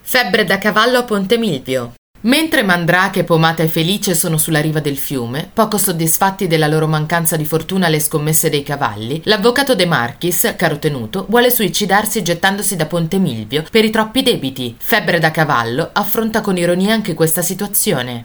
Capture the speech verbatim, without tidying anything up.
Febbre da cavallo a Ponte Milvio. Mentre Mandrake, Pomata e Felice sono sulla riva del fiume, poco soddisfatti della loro mancanza di fortuna alle scommesse dei cavalli, l'avvocato De Marchis, caro tenuto, vuole suicidarsi gettandosi da Ponte Milvio per i troppi debiti. Febbre da cavallo affronta con ironia anche questa situazione.